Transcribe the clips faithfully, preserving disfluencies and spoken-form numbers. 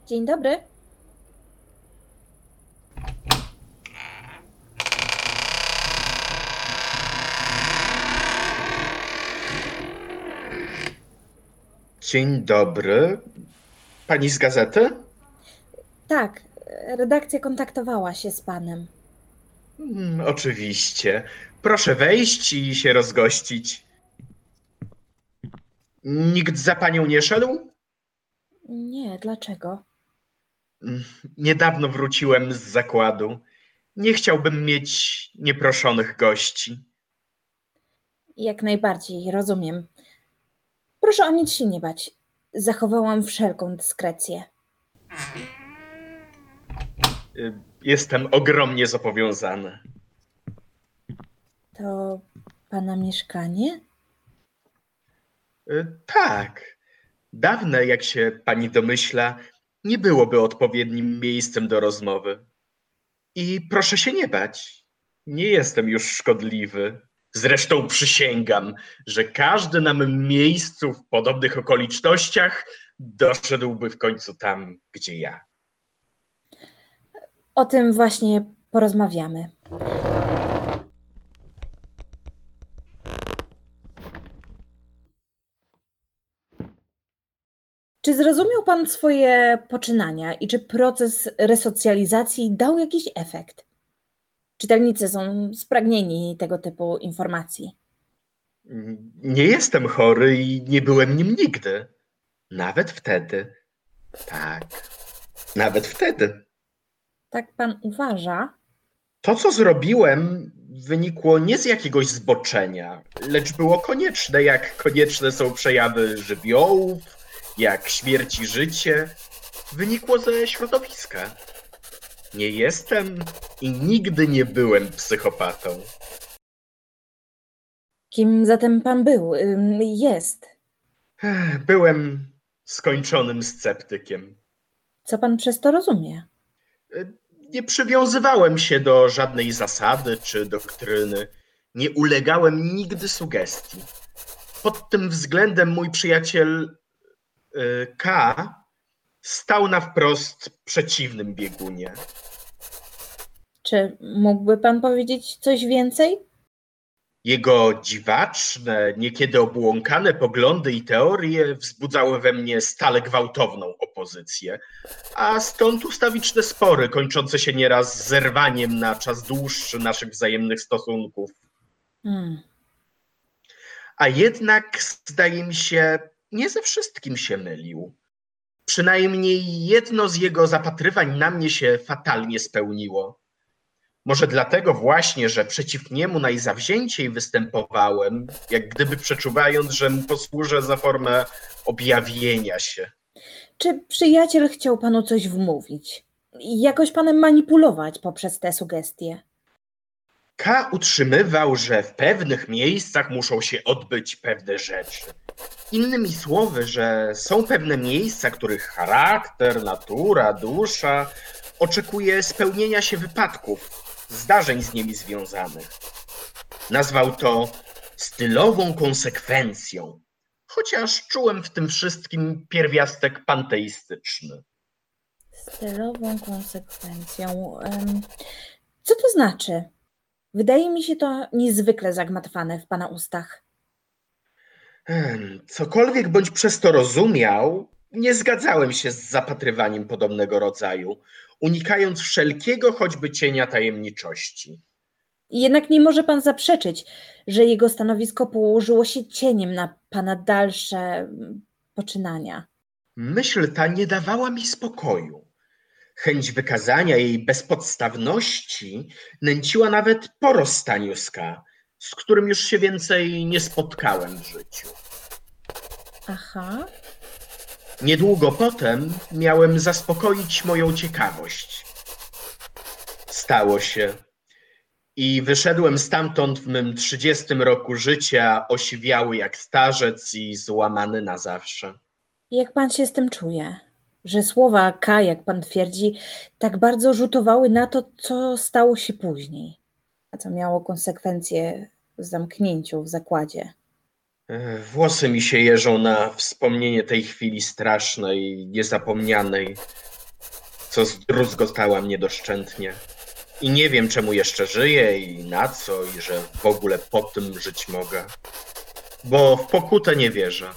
Dzień dobry. Dzień dobry. Pani z gazety? Tak, redakcja kontaktowała się z panem. Mm, oczywiście. Proszę wejść i się rozgościć. Nikt za panią nie szedł? Nie, dlaczego? Mm, Niedawno wróciłem z zakładu. Nie chciałbym mieć nieproszonych gości. Jak najbardziej, rozumiem. Proszę o nic się nie bać. Zachowałam wszelką dyskrecję. Y, Jestem ogromnie zobowiązany. To pana mieszkanie? Y, Tak. Dawne, jak się pani domyśla, nie byłoby odpowiednim miejscem do rozmowy. I proszę się nie bać. Nie jestem już szkodliwy. Zresztą przysięgam, że każdy na mym miejscu w podobnych okolicznościach doszedłby w końcu tam, gdzie ja. O tym właśnie porozmawiamy. Czy zrozumiał pan swoje poczynania i czy proces resocjalizacji dał jakiś efekt? Czytelnicy są spragnieni tego typu informacji. Nie jestem chory i nie byłem nim nigdy. Nawet wtedy. Tak, nawet wtedy. Tak pan uważa? To, co zrobiłem, wynikło nie z jakiegoś zboczenia, lecz było konieczne, jak konieczne są przejawy żywiołów, jak śmierć i życie. Wynikło ze środowiska. Nie jestem i nigdy nie byłem psychopatą. Kim zatem pan był? Ym, Jest. Ech, Byłem skończonym sceptykiem. Co pan przez to rozumie? Nie przywiązywałem się do żadnej zasady czy doktryny. Nie ulegałem nigdy sugestii. Pod tym względem mój przyjaciel y, K stał na wprost przeciwnym biegunie. Czy mógłby pan powiedzieć coś więcej? Jego dziwaczne, niekiedy obłąkane poglądy i teorie wzbudzały we mnie stale gwałtowną opozycję, a stąd ustawiczne spory, kończące się nieraz zerwaniem na czas dłuższy naszych wzajemnych stosunków. Hmm. A jednak, zdaje mi się, nie ze wszystkim się mylił. Przynajmniej jedno z jego zapatrywań na mnie się fatalnie spełniło. Może dlatego właśnie, że przeciw niemu najzawzięciej występowałem, jak gdyby przeczuwając, że mu posłużę za formę objawienia się. Czy przyjaciel chciał panu coś wmówić? Jakoś panem manipulować poprzez te sugestie? K utrzymywał, że w pewnych miejscach muszą się odbyć pewne rzeczy. Innymi słowy, że są pewne miejsca, których charakter, natura, dusza oczekuje spełnienia się wypadków, zdarzeń z nimi związanych. Nazwał to stylową konsekwencją, chociaż czułem w tym wszystkim pierwiastek panteistyczny. Stylową konsekwencją. Ym, Co to znaczy? Wydaje mi się to niezwykle zagmatwane w pana ustach. Hmm, Cokolwiek bądź przez to rozumiał, nie zgadzałem się z zapatrywaniem podobnego rodzaju, unikając wszelkiego choćby cienia tajemniczości. Jednak nie może pan zaprzeczyć, że jego stanowisko położyło się cieniem na pana dalsze mm, poczynania. Myśl ta nie dawała mi spokoju. Chęć wykazania jej bezpodstawności nęciła nawet po rozstaniu z K, z którym już się więcej nie spotkałem w życiu. Aha. Niedługo potem miałem zaspokoić moją ciekawość. Stało się. I wyszedłem stamtąd w mym trzydziestym roku życia, osiwiały jak starzec i złamany na zawsze. Jak pan się z tym czuje? Że słowa K, jak pan twierdzi, tak bardzo rzutowały na to, co stało się później, a co miało konsekwencje w zamknięciu w zakładzie. Ech, Włosy mi się jeżą na wspomnienie tej chwili strasznej, niezapomnianej. co zdruzgotała mnie doszczętnie. I nie wiem, czemu jeszcze żyję i na co, i że w ogóle po tym żyć mogę. Bo w pokutę nie wierzę.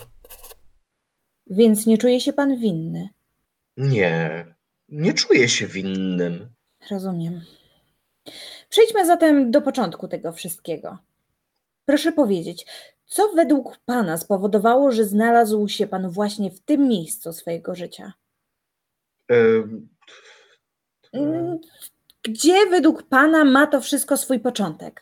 Więc nie czuje się pan winny. Nie, nie czuję się winnym. Rozumiem. Przejdźmy zatem do początku tego wszystkiego. Proszę powiedzieć, co według pana spowodowało, że znalazł się pan właśnie w tym miejscu swojego życia? Ym, Mm, Gdzie według pana ma to wszystko swój początek?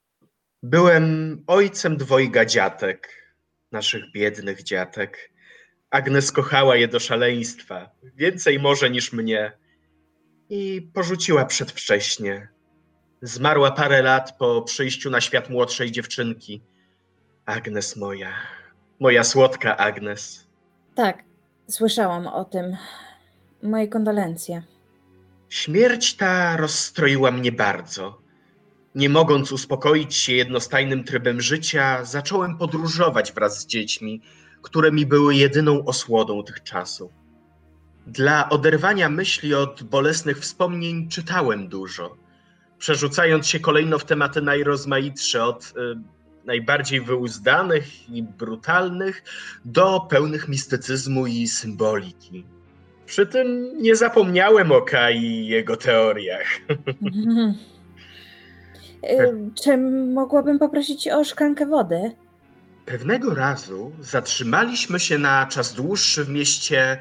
Byłem ojcem dwojga dziatek, naszych biednych dziatek. Agnes kochała je do szaleństwa, więcej może niż mnie, i porzuciła przedwcześnie. Zmarła parę lat po przyjściu na świat młodszej dziewczynki. Agnes moja, moja słodka Agnes. Tak, słyszałam o tym. Moje kondolencje. Śmierć ta rozstroiła mnie bardzo. Nie mogąc uspokoić się jednostajnym trybem życia, zacząłem podróżować wraz z dziećmi, które mi były jedyną osłodą tych czasów. Dla oderwania myśli od bolesnych wspomnień czytałem dużo, przerzucając się kolejno w tematy najrozmaitsze, od y, najbardziej wyuzdanych i brutalnych do pełnych mistycyzmu i symboliki. Przy tym nie zapomniałem o Kai i jego teoriach. Mhm. Y, Czy mogłabym poprosić o szklankę wody? Pewnego razu zatrzymaliśmy się na czas dłuższy w mieście,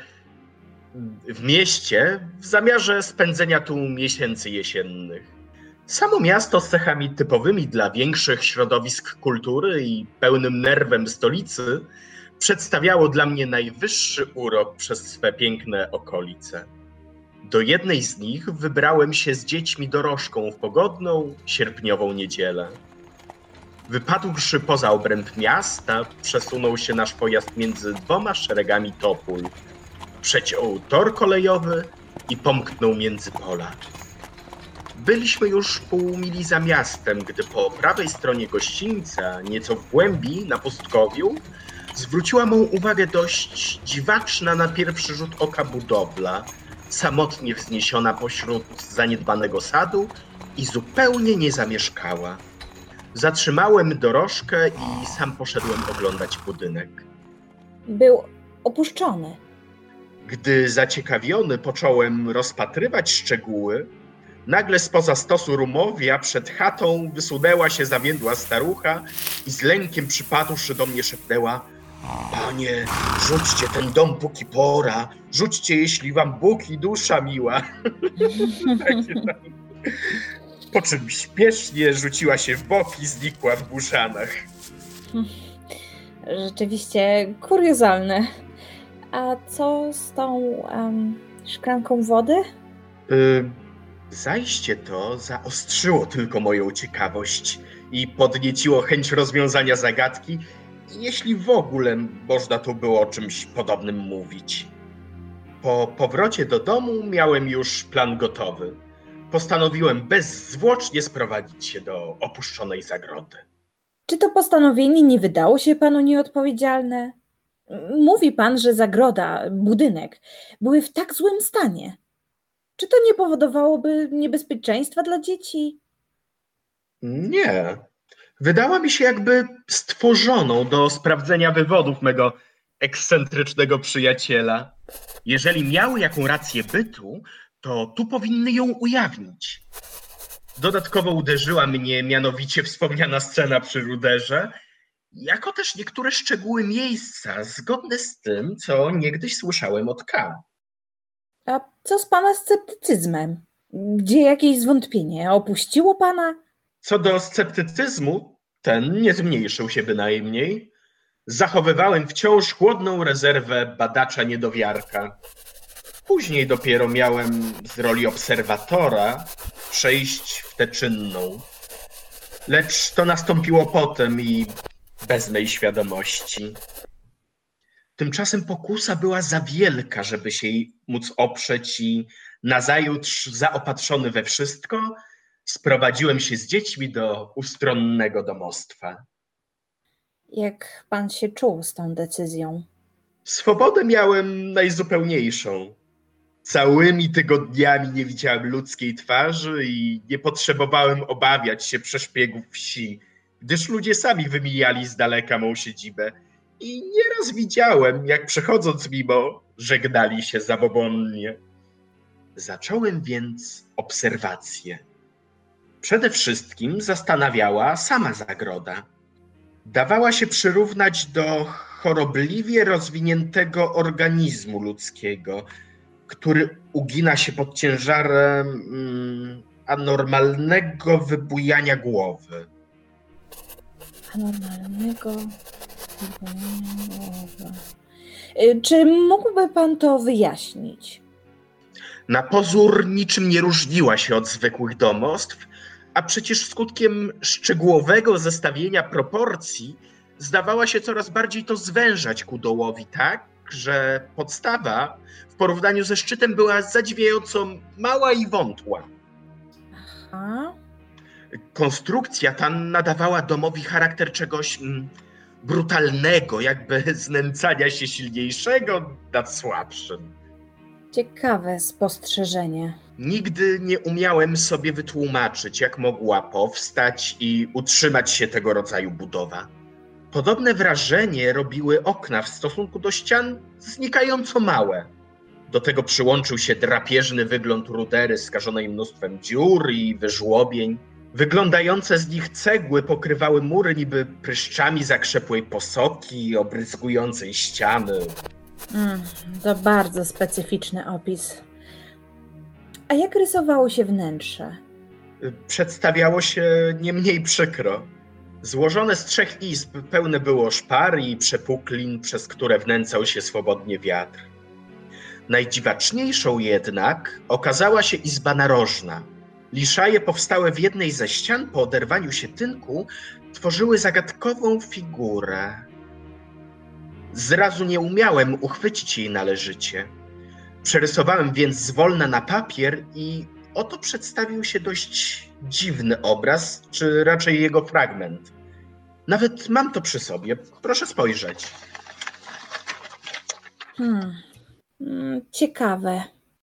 w mieście w zamiarze spędzenia tu miesięcy jesiennych. Samo miasto z cechami typowymi dla większych środowisk kultury i pełnym nerwem stolicy przedstawiało dla mnie najwyższy urok przez swe piękne okolice. Do jednej z nich wybrałem się z dziećmi dorożką w pogodną, sierpniową niedzielę. Wypadłszy poza obręb miasta, przesunął się nasz pojazd między dwoma szeregami topól. Przeciął tor kolejowy i pomknął między pola. Byliśmy już pół mili za miastem, gdy po prawej stronie gościńca, nieco w głębi, na pustkowiu, zwróciła mą uwagę dość dziwaczna na pierwszy rzut oka budowla, samotnie wzniesiona pośród zaniedbanego sadu i zupełnie niezamieszkała. Zatrzymałem dorożkę i sam poszedłem oglądać budynek. Był opuszczony. Gdy zaciekawiony począłem rozpatrywać szczegóły, nagle spoza stosu rumowia przed chatą wysunęła się zawiędła starucha i z lękiem przypadłszy do mnie szepnęła: Panie, rzućcie ten dom póki pora, rzućcie, jeśli wam Bóg i dusza miła. Po czym śpiesznie rzuciła się w bok i znikła w buszanach. Rzeczywiście kuriozalne. A co z tą um, szklanką wody? Y, zajście to zaostrzyło tylko moją ciekawość i podnieciło chęć rozwiązania zagadki, jeśli w ogóle można tu było o czymś podobnym mówić. Po powrocie do domu miałem już plan gotowy. Postanowiłem bezzwłocznie sprowadzić się do opuszczonej zagrody. Czy to postanowienie nie wydało się panu nieodpowiedzialne? Mówi pan, że zagroda, budynek były w tak złym stanie. Czy to nie powodowałoby niebezpieczeństwa dla dzieci? Nie. Wydała mi się jakby stworzoną do sprawdzenia wywodów mego ekscentrycznego przyjaciela. Jeżeli miały jaką rację bytu, to tu powinny ją ujawnić. Dodatkowo uderzyła mnie mianowicie wspomniana scena przy ruderze, jako też niektóre szczegóły miejsca zgodne z tym, co niegdyś słyszałem od K. A co z pana sceptycyzmem? Gdzie jakieś zwątpienie opuściło pana? Co do sceptycyzmu, ten nie zmniejszył się bynajmniej. Zachowywałem wciąż chłodną rezerwę badacza niedowiarka. Później dopiero miałem z roli obserwatora przejść w tę czynną. Lecz to nastąpiło potem i bez mej świadomości. Tymczasem pokusa była za wielka, żeby się jej móc oprzeć i nazajutrz, zaopatrzony we wszystko, sprowadziłem się z dziećmi do ustronnego domostwa. Jak pan się czuł z tą decyzją? Swobodę miałem najzupełniejszą. Całymi tygodniami nie widziałem ludzkiej twarzy i nie potrzebowałem obawiać się przeszpiegów wsi, gdyż ludzie sami wymijali z daleka mą siedzibę i nieraz widziałem, jak przechodząc mimo, żegnali się zabobonnie. Zacząłem więc obserwację. Przede wszystkim zastanawiała sama zagroda. Dawała się przyrównać do chorobliwie rozwiniętego organizmu ludzkiego, który ugina się pod ciężarem mm, anormalnego wybujania głowy. Anormalnego wybujania głowy. Y, Czy mógłby pan to wyjaśnić? Na pozór niczym nie różniła się od zwykłych domostw, a przecież skutkiem szczegółowego zestawienia proporcji zdawała się coraz bardziej to zwężać ku dołowi, tak, że podstawa w porównaniu ze szczytem była zadziwiająco mała i wątła. A? Konstrukcja ta nadawała domowi charakter czegoś mm, brutalnego, jakby znęcania się silniejszego nad słabszym. Ciekawe spostrzeżenie. Nigdy nie umiałem sobie wytłumaczyć, jak mogła powstać i utrzymać się tego rodzaju budowa. Podobne wrażenie robiły okna w stosunku do ścian znikająco małe. Do tego przyłączył się drapieżny wygląd rudery skażonej mnóstwem dziur i wyżłobień. Wyglądające z nich cegły pokrywały mury niby pryszczami zakrzepłej posoki, obryzgującej ściany. Mm, to bardzo specyficzny opis. A jak rysowało się wnętrze? Przedstawiało się nie mniej przykro. Złożone z trzech izb pełne było szpar i przepuklin, przez które wnęcał się swobodnie wiatr. Najdziwaczniejszą jednak okazała się izba narożna. Liszaje powstałe w jednej ze ścian po oderwaniu się tynku tworzyły zagadkową figurę. Zrazu nie umiałem uchwycić jej należycie. Przerysowałem więc zwolna na papier i oto przedstawił się dość dziwny obraz, czy raczej jego fragment. Nawet mam to przy sobie. Proszę spojrzeć. Hmm. Mm, Ciekawe.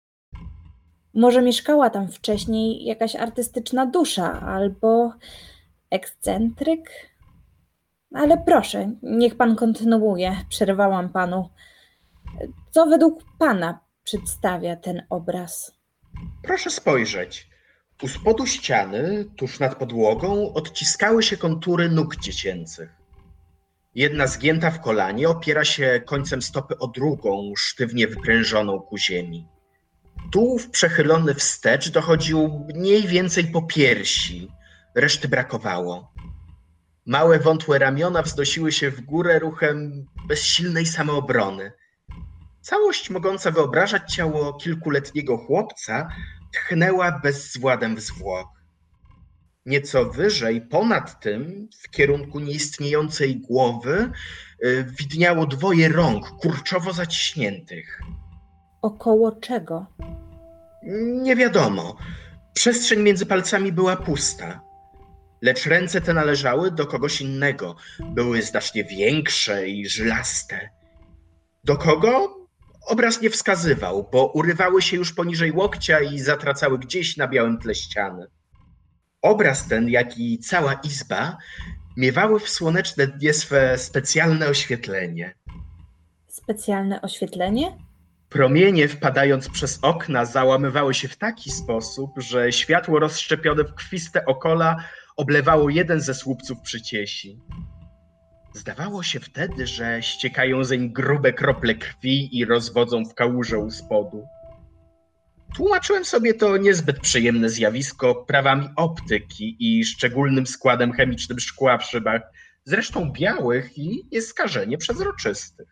Może mieszkała tam wcześniej jakaś artystyczna dusza albo ekscentryk? Ale proszę, niech pan kontynuuje. Przerwałam panu. Co według pana przedstawia ten obraz? Proszę spojrzeć. U spodu ściany, tuż nad podłogą, odciskały się kontury nóg dziecięcych. Jedna zgięta w kolanie opiera się końcem stopy o drugą, sztywnie wyprężoną ku ziemi. Tułów przechylony wstecz dochodził mniej więcej po piersi, reszty brakowało. Małe, wątłe ramiona wznosiły się w górę ruchem bezsilnej samoobrony. Całość mogąca wyobrażać ciało kilkuletniego chłopca tchnęła bezwładem w zwłok. Nieco wyżej, ponad tym, w kierunku nieistniejącej głowy, yy, widniało dwoje rąk kurczowo zaciśniętych. Około czego? Nie wiadomo. Przestrzeń między palcami była pusta. Lecz ręce te należały do kogoś innego. Były znacznie większe i żylaste. Do kogo? Obraz nie wskazywał, bo urywały się już poniżej łokcia i zatracały gdzieś na białym tle ściany. Obraz ten, jak i cała izba, miewały w słoneczne dnie swe specjalne oświetlenie. Specjalne oświetlenie? Promienie, wpadając przez okna, załamywały się w taki sposób, że światło rozszczepione w krwiste okola oblewało jeden ze słupców przyciesi. Zdawało się wtedy, że ściekają zeń grube krople krwi i rozwodzą w kałuże u spodu. Tłumaczyłem sobie to niezbyt przyjemne zjawisko prawami optyki i szczególnym składem chemicznym szkła w szybach, zresztą białych i nieskażenie przezroczystych.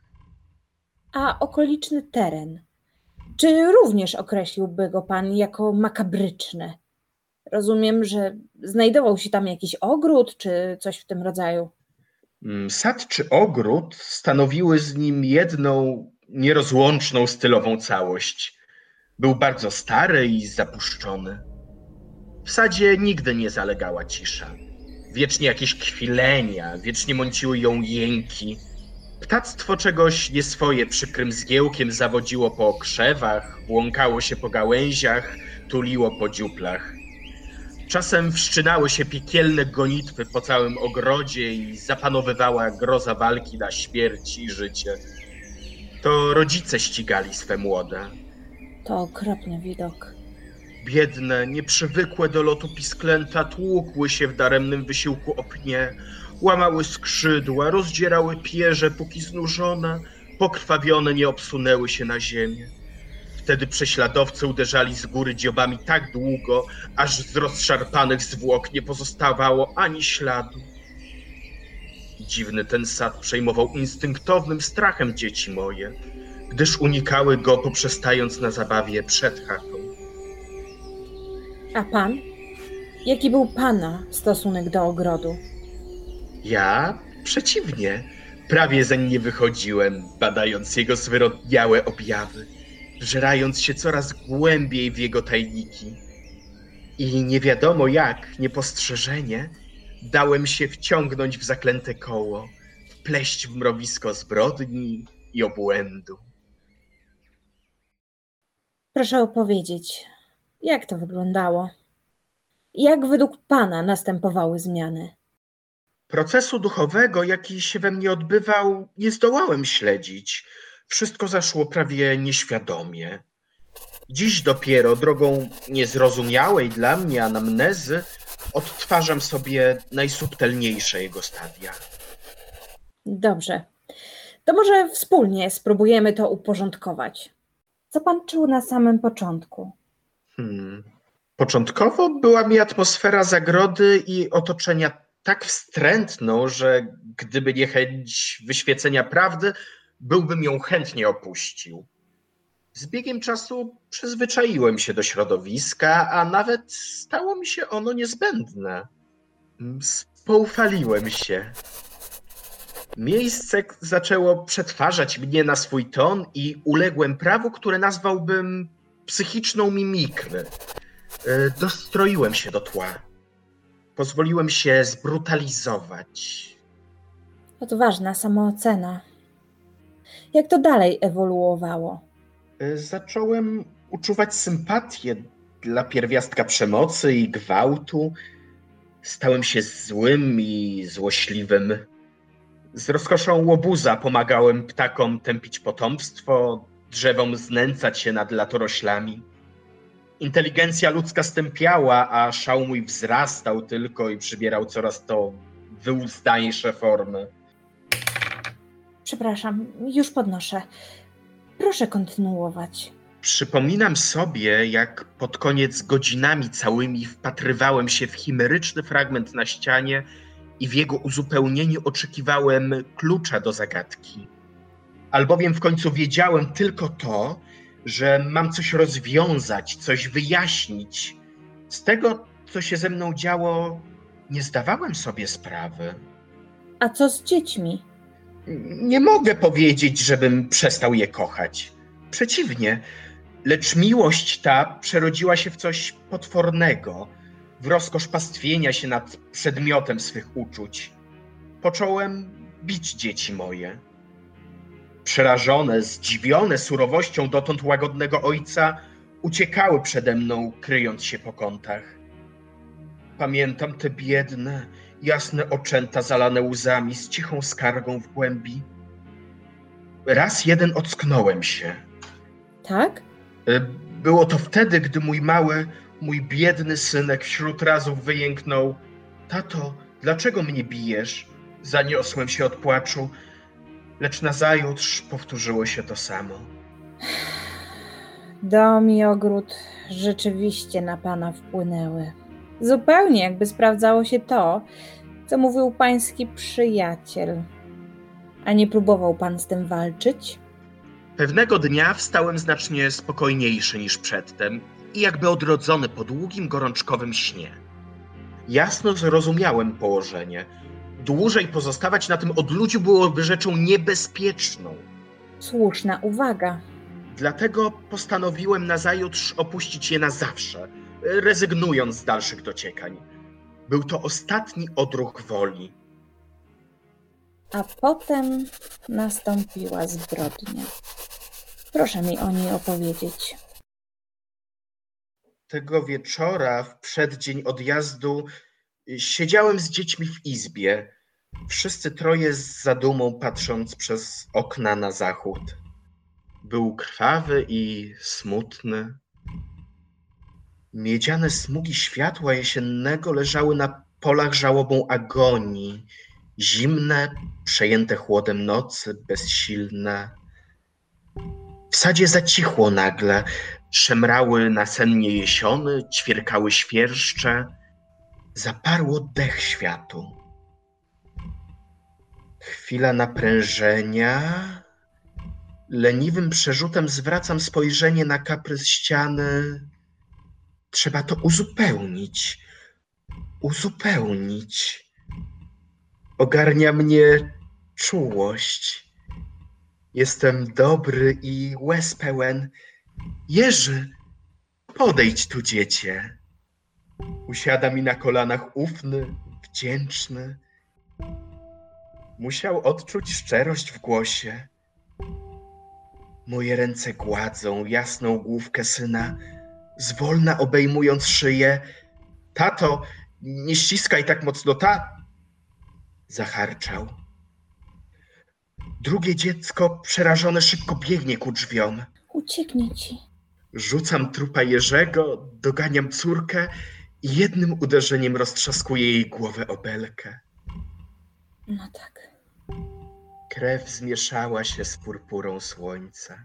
A okoliczny teren? Czy również określiłby go pan jako makabryczny? Rozumiem, że znajdował się tam jakiś ogród, czy coś w tym rodzaju. Sad czy ogród stanowiły z nim jedną nierozłączną stylową całość. Był bardzo stary i zapuszczony. W sadzie nigdy nie zalegała cisza. Wiecznie jakieś kwilenia, wiecznie mąciły ją jęki. Ptactwo czegoś nieswoje przykrym zgiełkiem zawodziło po krzewach, błąkało się po gałęziach, tuliło po dziuplach. Czasem wszczynały się piekielne gonitwy po całym ogrodzie i zapanowywała groza walki na śmierć i życie. To rodzice ścigali swe młode. To okropny widok. Biedne, nieprzywykłe do lotu pisklęta tłukły się w daremnym wysiłku o pnie, łamały skrzydła, rozdzierały pierze, póki znużone, pokrwawione nie obsunęły się na ziemię. Wtedy prześladowcy uderzali z góry dziobami tak długo, aż z rozszarpanych zwłok nie pozostawało ani śladu. Dziwny ten sad przejmował instynktownym strachem dzieci moje, gdyż unikały go, poprzestając na zabawie przed chatą. A pan? Jaki był pana stosunek do ogrodu? Ja przeciwnie, prawie zeń nie wychodziłem, badając jego zwyrodniałe objawy, wżerając się coraz głębiej w jego tajniki. I nie wiadomo jak, niepostrzeżenie, dałem się wciągnąć w zaklęte koło, wpleść w mrowisko zbrodni i obłędu. Proszę opowiedzieć, jak to wyglądało? Jak według pana następowały zmiany? Procesu duchowego, jaki się we mnie odbywał, nie zdołałem śledzić. Wszystko zaszło prawie nieświadomie. Dziś dopiero drogą niezrozumiałej dla mnie anamnezy odtwarzam sobie najsubtelniejsze jego stadia. Dobrze, to może wspólnie spróbujemy to uporządkować. Co pan czuł na samym początku? Hmm. Początkowo była mi atmosfera zagrody i otoczenia tak wstrętną, że gdyby nie chęć wyświecenia prawdy, byłbym ją chętnie opuścił. Z biegiem czasu przyzwyczaiłem się do środowiska, a nawet stało mi się ono niezbędne. Spoufaliłem się. Miejsce zaczęło przetwarzać mnie na swój ton i uległem prawu, które nazwałbym psychiczną mimikrę. Dostroiłem się do tła. Pozwoliłem się zbrutalizować. Odważna samoocena. Jak to dalej ewoluowało? Zacząłem uczuwać sympatię dla pierwiastka przemocy i gwałtu. Stałem się złym i złośliwym. Z rozkoszą łobuza pomagałem ptakom tępić potomstwo, drzewom znęcać się nad latoroślami. Inteligencja ludzka stępiała, a szał mój wzrastał tylko i przybierał coraz to wyuzdańsze formy. Przepraszam, już podnoszę. Proszę kontynuować. Przypominam sobie, jak pod koniec godzinami całymi wpatrywałem się w chimeryczny fragment na ścianie i w jego uzupełnieniu oczekiwałem klucza do zagadki. Albowiem w końcu wiedziałem tylko to, że mam coś rozwiązać, coś wyjaśnić. Z tego, co się ze mną działo, nie zdawałem sobie sprawy. A co z dziećmi? Nie mogę powiedzieć, żebym przestał je kochać. Przeciwnie, lecz miłość ta przerodziła się w coś potwornego, w rozkosz pastwienia się nad przedmiotem swych uczuć. Począłem bić dzieci moje. Przerażone, zdziwione surowością dotąd łagodnego ojca, uciekały przede mną, kryjąc się po kątach. Pamiętam te biedne, jasne oczęta zalane łzami z cichą skargą w głębi. Raz jeden ocknąłem się. Tak? Było to wtedy, gdy mój mały, mój biedny synek wśród razów wyjęknął: tato, dlaczego mnie bijesz? Zaniosłem się od płaczu, lecz nazajutrz powtórzyło się to samo. Dom i ogród rzeczywiście na pana wpłynęły. Zupełnie jakby sprawdzało się to, co mówił pański przyjaciel. A nie próbował pan z tym walczyć? Pewnego dnia wstałem znacznie spokojniejszy niż przedtem i jakby odrodzony po długim, gorączkowym śnie. Jasno zrozumiałem położenie. Dłużej pozostawać na tym odludziu byłoby rzeczą niebezpieczną. Słuszna uwaga. Dlatego postanowiłem nazajutrz opuścić je na zawsze, rezygnując z dalszych dociekań. Był to ostatni odruch woli. A potem nastąpiła zbrodnia. Proszę mi o niej opowiedzieć. Tego wieczora, w przeddzień odjazdu, siedziałem z dziećmi w izbie. Wszyscy troje z zadumą patrząc przez okna na zachód. Był krwawy i smutny. Miedziane smugi światła jesiennego leżały na polach żałobą agonii. Zimne, przejęte chłodem nocy, bezsilne. W sadzie zacichło nagle. Szemrały nasennie jesiony, ćwierkały świerszcze. Zaparło dech światu. Chwila naprężenia. Leniwym przerzutem zwracam spojrzenie na kaprys ściany. Trzeba to uzupełnić. Uzupełnić. Ogarnia mnie czułość. Jestem dobry i łez pełen. Jerzy, podejdź tu, dziecię. Usiada mi na kolanach ufny, wdzięczny. Musiał odczuć szczerość w głosie. Moje ręce gładzą jasną główkę syna, zwolna obejmując szyję. Tato, nie ściskaj tak mocno, ta... Zacharczał. Drugie dziecko przerażone szybko biegnie ku drzwiom. Ucieknie ci. Rzucam trupa Jerzego, doganiam córkę i jednym uderzeniem roztrzaskuję jej głowę o belkę. No tak. Krew zmieszała się z purpurą słońca.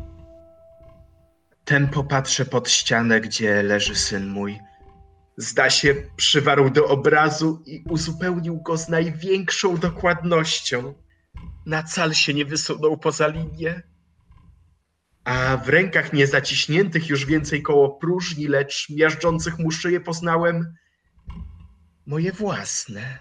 Tempo patrzę pod ścianę, gdzie leży syn mój. Zda się, przywarł do obrazu i uzupełnił go z największą dokładnością. Na cal się nie wysunął poza linię. A w rękach niezaciśniętych już więcej koło próżni, lecz miażdżących mu szyję poznałem moje własne.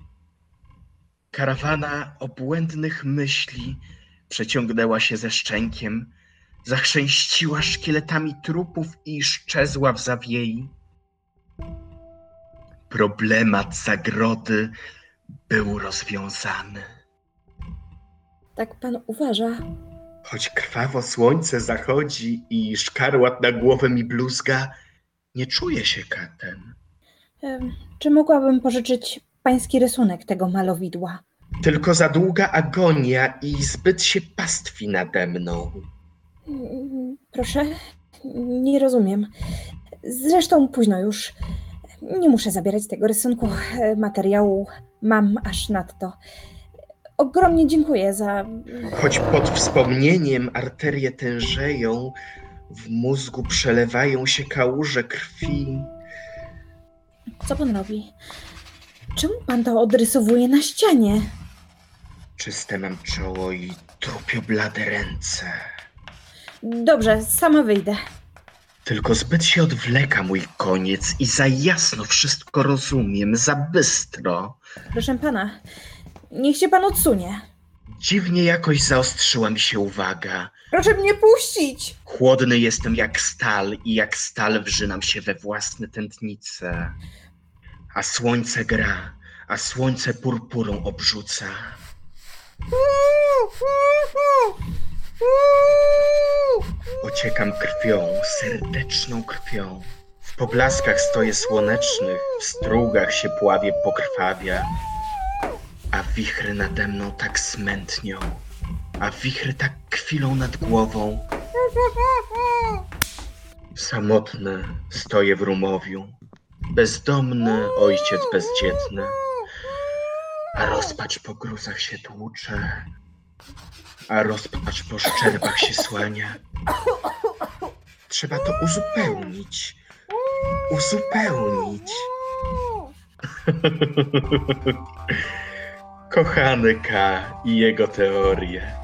Karawana obłędnych myśli przeciągnęła się ze szczękiem, zachrzęściła szkieletami trupów i szczezła w zawiei. Problemat zagrody był rozwiązany. Tak pan uważa? Choć krwawo słońce zachodzi i szkarłat na głowę mi bluzga, nie czuję się katem. Em, Czy mogłabym pożyczyć pański rysunek tego malowidła? Tylko za długa agonia i zbyt się pastwi nade mną. Mm, Proszę? Nie rozumiem. Zresztą późno już. Nie muszę zabierać tego rysunku. E, Materiału mam aż nadto. Ogromnie dziękuję za... Choć pod wspomnieniem arterie tężeją, w mózgu przelewają się kałuże krwi. Co pan robi? Czemu pan to odrysowuje na ścianie? Czyste mam czoło i trupio blade ręce. Dobrze, sama wyjdę. Tylko zbyt się odwleka mój koniec i za jasno wszystko rozumiem, za bystro. Proszę pana, niech się pan odsunie. Dziwnie jakoś zaostrzyła mi się uwaga. Proszę mnie puścić! Chłodny jestem jak stal i jak stal wrzynam się we własne tętnice. A słońce gra, a słońce purpurą obrzuca. Ociekam krwią, serdeczną krwią. W poblaskach stoję słonecznych, w strugach się pławie pokrwawia. A wichry nade mną tak smętnią, a wichry tak kwilą nad głową. Samotny stoję w rumowiu, bezdomny ojciec bezdzietny, a rozpacz po gruzach się tłucze, a rozpacz po szczerbach się słania. Trzeba to uzupełnić, uzupełnić. Kochany K i jego teorie.